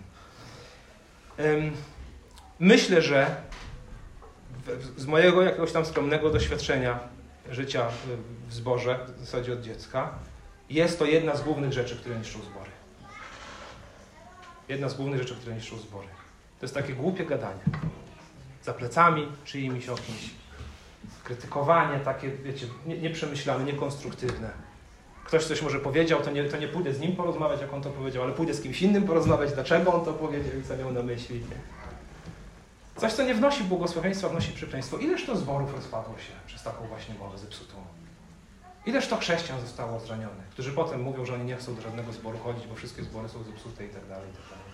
Myślę, że z mojego jakiegoś tam skromnego doświadczenia życia w zborze, w zasadzie od dziecka, jest to jedna z głównych rzeczy, które niszczą zbory. Jedna z głównych rzeczy, które niszczą zbory. To jest takie głupie gadanie. Za plecami czyimiś o kimś. Krytykowanie takie, wiecie, nieprzemyślane, niekonstruktywne. Ktoś coś może powiedział, to nie pójdę z nim porozmawiać, jak on to powiedział, ale pójdę z kimś innym porozmawiać, dlaczego on to powiedział i co miał na myśli. Coś, co nie wnosi błogosławieństwa, wnosi przekleństwo. Ileż to zborów rozpadło się przez taką właśnie mowę zepsutą? Ileż to chrześcijan zostało zranionych, którzy potem mówią, że oni nie chcą do żadnego zboru chodzić, bo wszystkie zbory są zepsute i tak dalej, i tak dalej.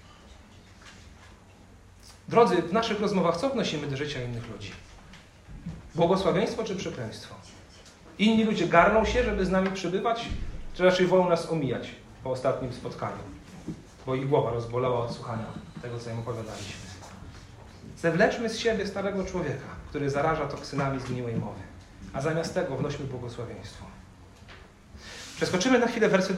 Drodzy, w naszych rozmowach co wnosimy do życia innych ludzi? Błogosławieństwo czy przekleństwo? Inni ludzie garną się, żeby z nami przybywać, czy raczej wolą nas omijać po ostatnim spotkaniu, bo ich głowa rozbolała od słuchania tego, co im opowiadaliśmy. Zewleczmy z siebie starego człowieka, który zaraża toksynami zgniłej mowy, a zamiast tego wnośmy błogosławieństwo. Przeskoczymy na chwilę werset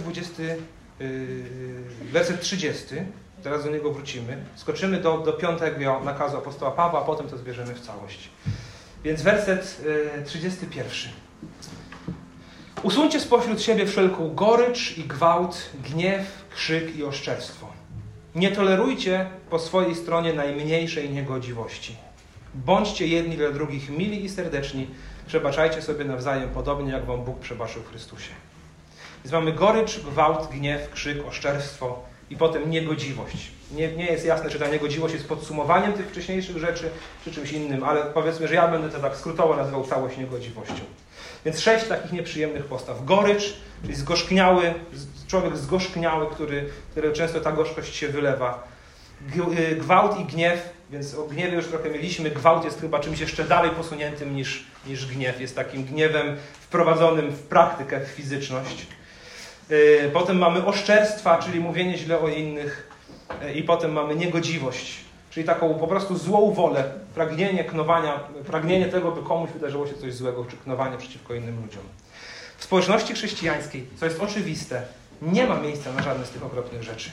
30, teraz do niego wrócimy. Skoczymy do 5 nakazu apostoła Pawła, a potem to zbierzemy w całość. Więc werset 31. Usuńcie spośród siebie wszelką gorycz i gwałt, gniew, krzyk i oszczerstwo. Nie tolerujcie po swojej stronie najmniejszej niegodziwości. Bądźcie jedni dla drugich mili i serdeczni. Przebaczajcie sobie nawzajem, podobnie jak wam Bóg przebaczył w Chrystusie. Więc mamy gorycz, gwałt, gniew, krzyk, oszczerstwo i potem niegodziwość. Nie jest jasne, czy ta niegodziwość jest podsumowaniem tych wcześniejszych rzeczy, czy czymś innym, ale powiedzmy, że ja będę to tak skrótowo nazywał całość niegodziwością. Więc 6 takich nieprzyjemnych postaw. Gorycz, czyli zgorzkniały, człowiek zgorzkniały, który często ta gorzkość się wylewa. Gwałt i gniew, więc o gniewie już trochę mieliśmy. Gwałt jest chyba czymś jeszcze dalej posuniętym niż gniew. Jest takim gniewem wprowadzonym w praktykę, w fizyczność. Potem mamy oszczerstwa, czyli mówienie źle o innych. I potem mamy niegodziwość, czyli taką po prostu złą wolę, pragnienie tego, by komuś wydarzyło się coś złego, czy knowanie przeciwko innym ludziom. W społeczności chrześcijańskiej, co jest oczywiste, nie ma miejsca na żadne z tych okropnych rzeczy.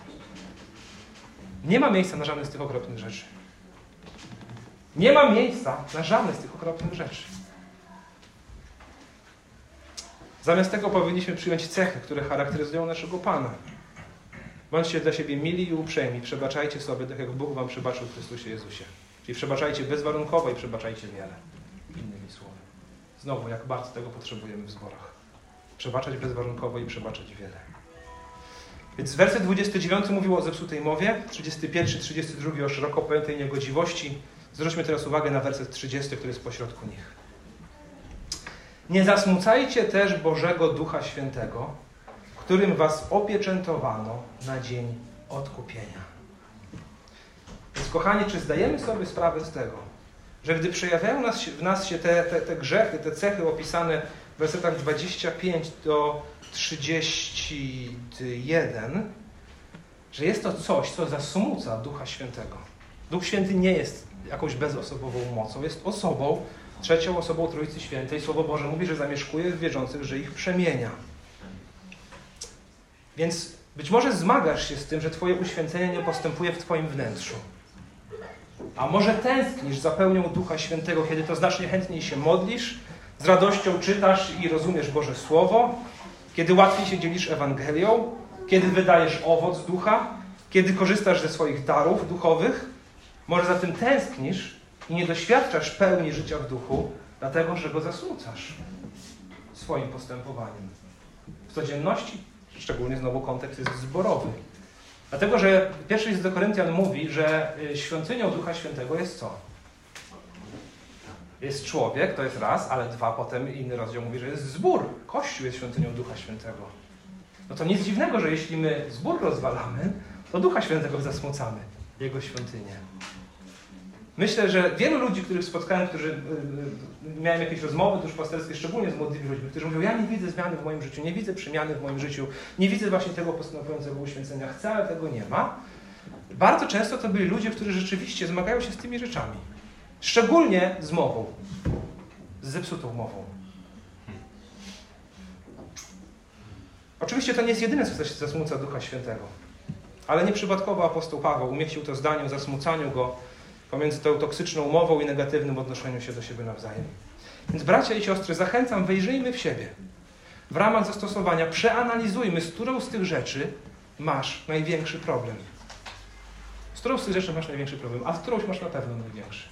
Nie ma miejsca na żadne z tych okropnych rzeczy. Nie ma miejsca na żadne z tych okropnych rzeczy. Zamiast tego powinniśmy przyjąć cechy, które charakteryzują naszego Pana. Bądźcie dla siebie mili i uprzejmi, przebaczajcie sobie, tak jak Bóg wam przebaczył w Chrystusie Jezusie. Czyli przebaczajcie bezwarunkowo i przebaczajcie wiele. Innymi słowy. Znowu, jak bardzo tego potrzebujemy w zborach. Przebaczać bezwarunkowo i przebaczać wiele. Więc werset 29 mówił o zepsutej mowie, 31, 32 o szeroko pojętej niegodziwości. Zwróćmy teraz uwagę na werset 30, który jest pośrodku nich. Nie zasmucajcie też Bożego Ducha Świętego, którym was opieczętowano na dzień odkupienia. Więc kochani, czy zdajemy sobie sprawę z tego, że gdy przejawiają w nas się te grzechy, te cechy opisane w wersetach 25 do 31, że jest to coś, co zasmuca Ducha Świętego. Duch Święty nie jest jakąś bezosobową mocą, jest osobą, trzecią osobą Trójcy Świętej. Słowo Boże mówi, że zamieszkuje w wierzących, że ich przemienia. Więc być może zmagasz się z tym, że Twoje uświęcenie nie postępuje w Twoim wnętrzu. A może tęsknisz za pełnią Ducha Świętego, kiedy to znacznie chętniej się modlisz, z radością czytasz i rozumiesz Boże Słowo, kiedy łatwiej się dzielisz Ewangelią, kiedy wydajesz owoc Ducha, kiedy korzystasz ze swoich darów duchowych. Może za tym tęsknisz i nie doświadczasz pełni życia w Duchu, dlatego że go zasmucasz swoim postępowaniem. W codzienności, szczególnie znowu kontekst jest zborowy. Dlatego, że pierwszy list do Koryntian mówi, że świątynią Ducha Świętego jest co? Jest człowiek, to jest raz, ale dwa, potem inny rozdział mówi, że jest zbór. Kościół jest świątynią Ducha Świętego. No to nic dziwnego, że jeśli my zbór rozwalamy, to Ducha Świętego zasmucamy, Jego świątynię. Myślę, że wielu ludzi, których spotkałem, miałem jakieś rozmowy duszpasterskie, szczególnie z młodymi ludźmi, którzy mówią, ja nie widzę zmiany w moim życiu, nie widzę przemiany w moim życiu, nie widzę właśnie tego postępującego uświęcenia, chcę, ale tego nie ma. Bardzo często to byli ludzie, którzy rzeczywiście zmagają się z tymi rzeczami. Szczególnie z mową. Z zepsutą mową. Oczywiście to nie jest jedyne, co zasmuca Ducha Świętego. Ale nieprzypadkowo apostoł Paweł umieścił to zdanie o zasmucaniu go pomiędzy tą toksyczną mową i negatywnym odnoszeniu się do siebie nawzajem. Więc bracia i siostry, zachęcam, wejrzyjmy w siebie. W ramach zastosowania przeanalizujmy, z którą z tych rzeczy masz największy problem. Z którą z tych rzeczy masz największy problem, a z którąś masz na pewno największy.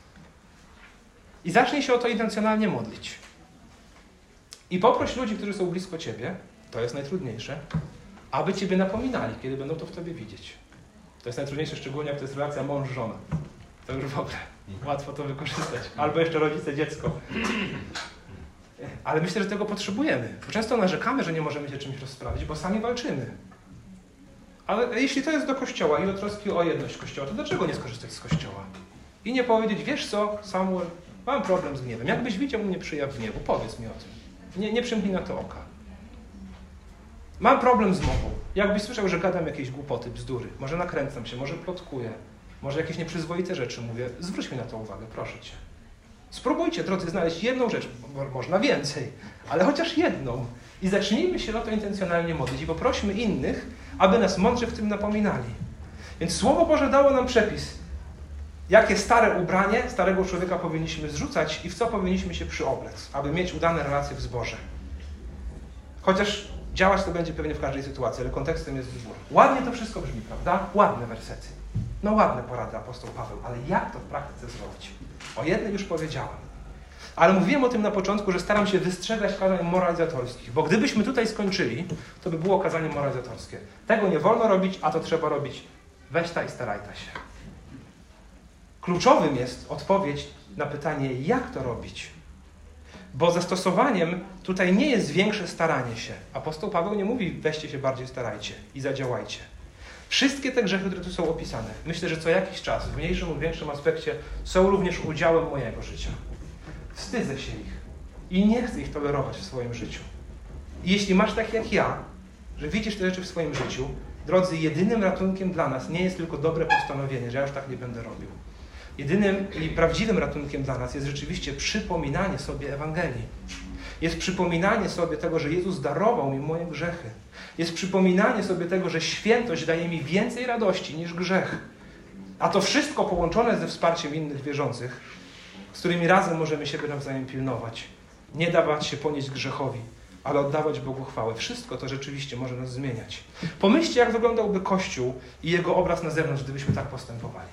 I zacznij się o to intencjonalnie modlić. I poproś ludzi, którzy są blisko ciebie, to jest najtrudniejsze, aby ciebie napominali, kiedy będą to w tobie widzieć. To jest najtrudniejsze, szczególnie jak to jest relacja mąż-żona. To już w ogóle łatwo to wykorzystać. Albo jeszcze rodzice-dziecko. Ale myślę, że tego potrzebujemy. Bo często narzekamy, że nie możemy się czymś rozprawić, bo sami walczymy. Ale jeśli to jest do Kościoła i o troski o jedność Kościoła, to dlaczego nie skorzystać z Kościoła? I nie powiedzieć, wiesz co, Samuel, mam problem z gniewem. Jakbyś widział mnie przyjaw gniewu, powiedz mi o tym. Nie przymknij na to oka. Mam problem z mową. Jakbyś słyszał, że gadam jakieś głupoty, bzdury, może nakręcam się, może plotkuję, może jakieś nieprzyzwoite rzeczy mówię, zwróć mi na to uwagę, proszę cię. Spróbujcie, drodzy, znaleźć jedną rzecz, można więcej, ale chociaż jedną. I zacznijmy się o to intencjonalnie modlić i poprośmy innych, aby nas mądrze w tym napominali. Więc Słowo Boże dało nam przepis, jakie stare ubranie starego człowieka powinniśmy zrzucać i w co powinniśmy się przyoblec, aby mieć udane relacje w zborze. Chociaż działać to będzie pewnie w każdej sytuacji, ale kontekstem jest zbór. Ładnie to wszystko brzmi, prawda? Ładne wersety. No ładne porady apostoł Paweł, ale jak to w praktyce zrobić? O jednym już powiedziałem. Ale mówiłem o tym na początku, że staram się wystrzegać kazań moralizatorskich, bo gdybyśmy tutaj skończyli, to by było kazanie moralizatorskie. Tego nie wolno robić, a to trzeba robić. Weź ta i staraj ta się. Kluczowym jest odpowiedź na pytanie, jak to robić. Bo zastosowaniem tutaj nie jest większe staranie się. Apostoł Paweł nie mówi, weźcie się bardziej starajcie i zadziałajcie. Wszystkie te grzechy, które tu są opisane, myślę, że co jakiś czas, w mniejszym lub większym aspekcie, są również udziałem mojego życia. Wstydzę się ich i nie chcę ich tolerować w swoim życiu. I jeśli masz tak jak ja, że widzisz te rzeczy w swoim życiu, drodzy, jedynym ratunkiem dla nas nie jest tylko dobre postanowienie, że ja już tak nie będę robił. Jedynym i prawdziwym ratunkiem dla nas jest rzeczywiście przypominanie sobie Ewangelii. Jest przypominanie sobie tego, że Jezus darował mi moje grzechy. Jest przypominanie sobie tego, że świętość daje mi więcej radości niż grzech. A to wszystko połączone ze wsparciem innych wierzących, z którymi razem możemy siebie nawzajem pilnować. Nie dawać się ponieść grzechowi, ale oddawać Bogu chwałę. Wszystko to rzeczywiście może nas zmieniać. Pomyślcie, jak wyglądałby Kościół i jego obraz na zewnątrz, gdybyśmy tak postępowali.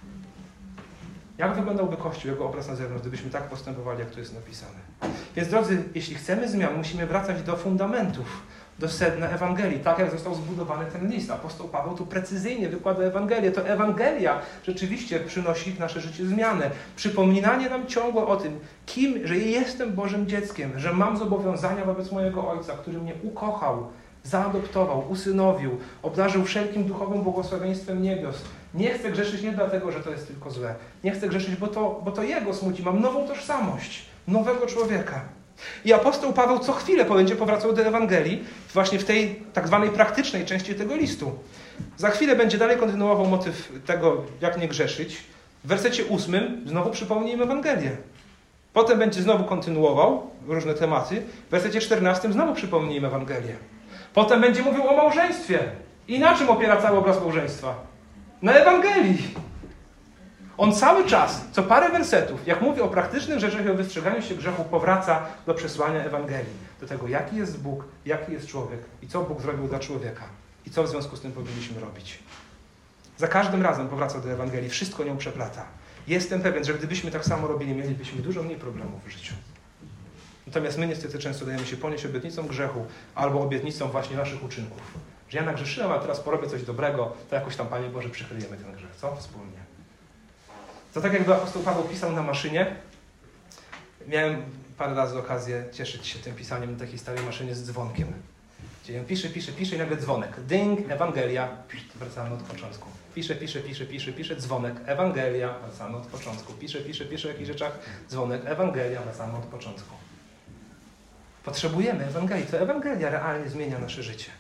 Jak wyglądałby Kościół, jego obraz na zewnątrz, gdybyśmy tak postępowali, jak tu jest napisane. Więc drodzy, jeśli chcemy zmian, musimy wracać do fundamentów, do sedna Ewangelii, tak jak został zbudowany ten list. Apostoł Paweł tu precyzyjnie wykłada Ewangelię. To Ewangelia rzeczywiście przynosi w nasze życie zmianę. Przypominanie nam ciągłe o tym, że jestem Bożym dzieckiem, że mam zobowiązania wobec mojego Ojca, który mnie ukochał, zaadoptował, usynowił, obdarzył wszelkim duchowym błogosławieństwem niebios. Nie chcę grzeszyć nie dlatego, że to jest tylko złe. Nie chcę grzeszyć, bo to Jego smuci. Mam nową tożsamość, nowego człowieka. I apostoł Paweł co chwilę będzie powracał do Ewangelii, właśnie w tej tak zwanej praktycznej części tego listu. Za chwilę będzie dalej kontynuował motyw tego, jak nie grzeszyć. W wersecie 8 znowu przypomni im Ewangelię. Potem będzie znowu kontynuował różne tematy. W wersecie 14 znowu przypomni im Ewangelię. Potem będzie mówił o małżeństwie. I na czym opiera cały obraz małżeństwa? Na Ewangelii. On cały czas, co parę wersetów, jak mówi o praktycznych rzeczach i o wystrzeganiu się grzechu, powraca do przesłania Ewangelii. Do tego, jaki jest Bóg, jaki jest człowiek i co Bóg zrobił dla człowieka. I co w związku z tym powinniśmy robić. Za każdym razem powraca do Ewangelii, wszystko nią przeplata. Jestem pewien, że gdybyśmy tak samo robili, mielibyśmy dużo mniej problemów w życiu. Natomiast my niestety często dajemy się ponieść obietnicą grzechu albo obietnicą właśnie naszych uczynków. Że ja nagrzeszyłem, a teraz porobię coś dobrego, to jakoś tam, Panie Boże, przychylujemy ten grzech. Co? Wspólnie. To tak jakby apostoł Paweł pisał na maszynie. Miałem parę razy okazję cieszyć się tym pisaniem na takiej starej maszynie z dzwonkiem. Gdzie ją pisze i nagle dzwonek. Ding, Ewangelia, wracamy od początku. Pisze, dzwonek, Ewangelia, wracamy od początku. Pisze o jakichś rzeczach, dzwonek, Ewangelia, wracamy od początku. Potrzebujemy Ewangelii. To Ewangelia realnie zmienia nasze życie.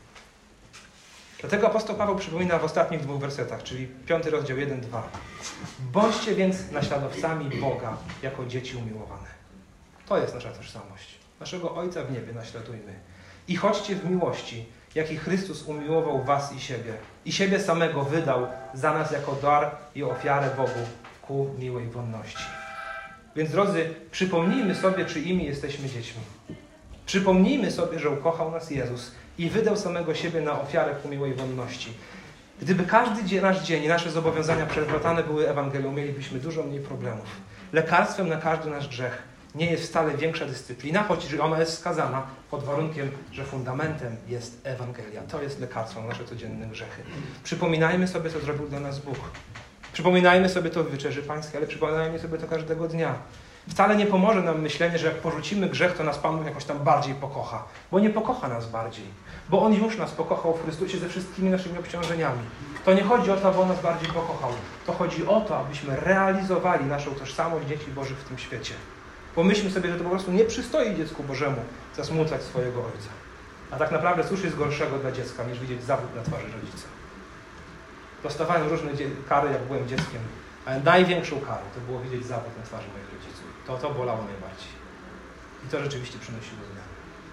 Dlatego apostoł Paweł przypomina w ostatnich 2 wersetach, czyli 5 rozdział 1-2. Bądźcie więc naśladowcami Boga jako dzieci umiłowane. To jest nasza tożsamość. Naszego Ojca w niebie naśladujmy. I chodźcie w miłości, jaki Chrystus umiłował was i siebie samego wydał za nas jako dar i ofiarę Bogu ku miłej wonności. Więc drodzy, przypomnijmy sobie, czyimi jesteśmy dziećmi. Przypomnijmy sobie, że ukochał nas Jezus i wydał samego siebie na ofiarę ku miłej wonności. Gdyby każdy nasz dzień i nasze zobowiązania przeplatane były Ewangelią, mielibyśmy dużo mniej problemów. Lekarstwem na każdy nasz grzech nie jest wcale większa dyscyplina, choć ona jest wskazana pod warunkiem, że fundamentem jest Ewangelia. To jest lekarstwo na nasze codzienne grzechy. Przypominajmy sobie, co zrobił dla nas Bóg. Przypominajmy sobie to w Wieczerzy Pańskiej, ale przypominajmy sobie to każdego dnia. Wcale nie pomoże nam myślenie, że jak porzucimy grzech, to nas Pan Bóg jakoś tam bardziej pokocha. Bo nie pokocha nas bardziej. Bo On już nas pokochał w Chrystusie ze wszystkimi naszymi obciążeniami. To nie chodzi o to, aby On nas bardziej pokochał. To chodzi o to, abyśmy realizowali naszą tożsamość dzieci Bożych w tym świecie. Pomyślmy sobie, że to po prostu nie przystoi dziecku Bożemu zasmucać swojego Ojca. A tak naprawdę cóż jest gorszego dla dziecka, niż widzieć zawód na twarzy rodzica. Dostawałem różne kary, jak byłem dzieckiem, ale największą karą to było widzieć zawód na twarzy moich rodziców. To bolało najbardziej. I to rzeczywiście przynosiło zmiany.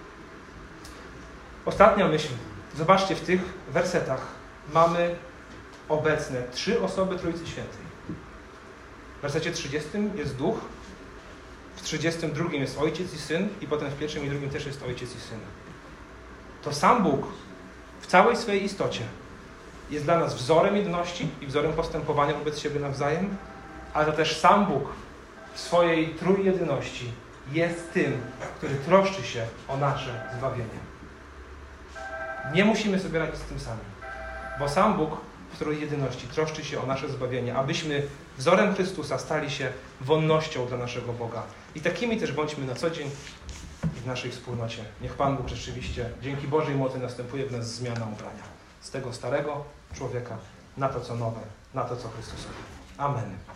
Ostatnia myśl. Zobaczcie, w tych wersetach mamy obecne 3 osoby Trójcy Świętej. W wersecie 30 jest Duch, w 32 jest Ojciec i Syn i potem w 1 i 2 też jest Ojciec i Syn. To sam Bóg w całej swojej istocie jest dla nas wzorem jedności i wzorem postępowania wobec siebie nawzajem, ale to też sam Bóg w swojej trójjedyności jest tym, który troszczy się o nasze zbawienie. Nie musimy sobie radzić z tym sami, bo sam Bóg w trójjedyności troszczy się o nasze zbawienie, abyśmy wzorem Chrystusa stali się wonnością dla naszego Boga. I takimi też bądźmy na co dzień w naszej wspólnocie. Niech Pan Bóg rzeczywiście dzięki Bożej mocy następuje w nas zmiana ubrania. Z tego starego człowieka na to, co nowe, na to, co Chrystusowe. Amen.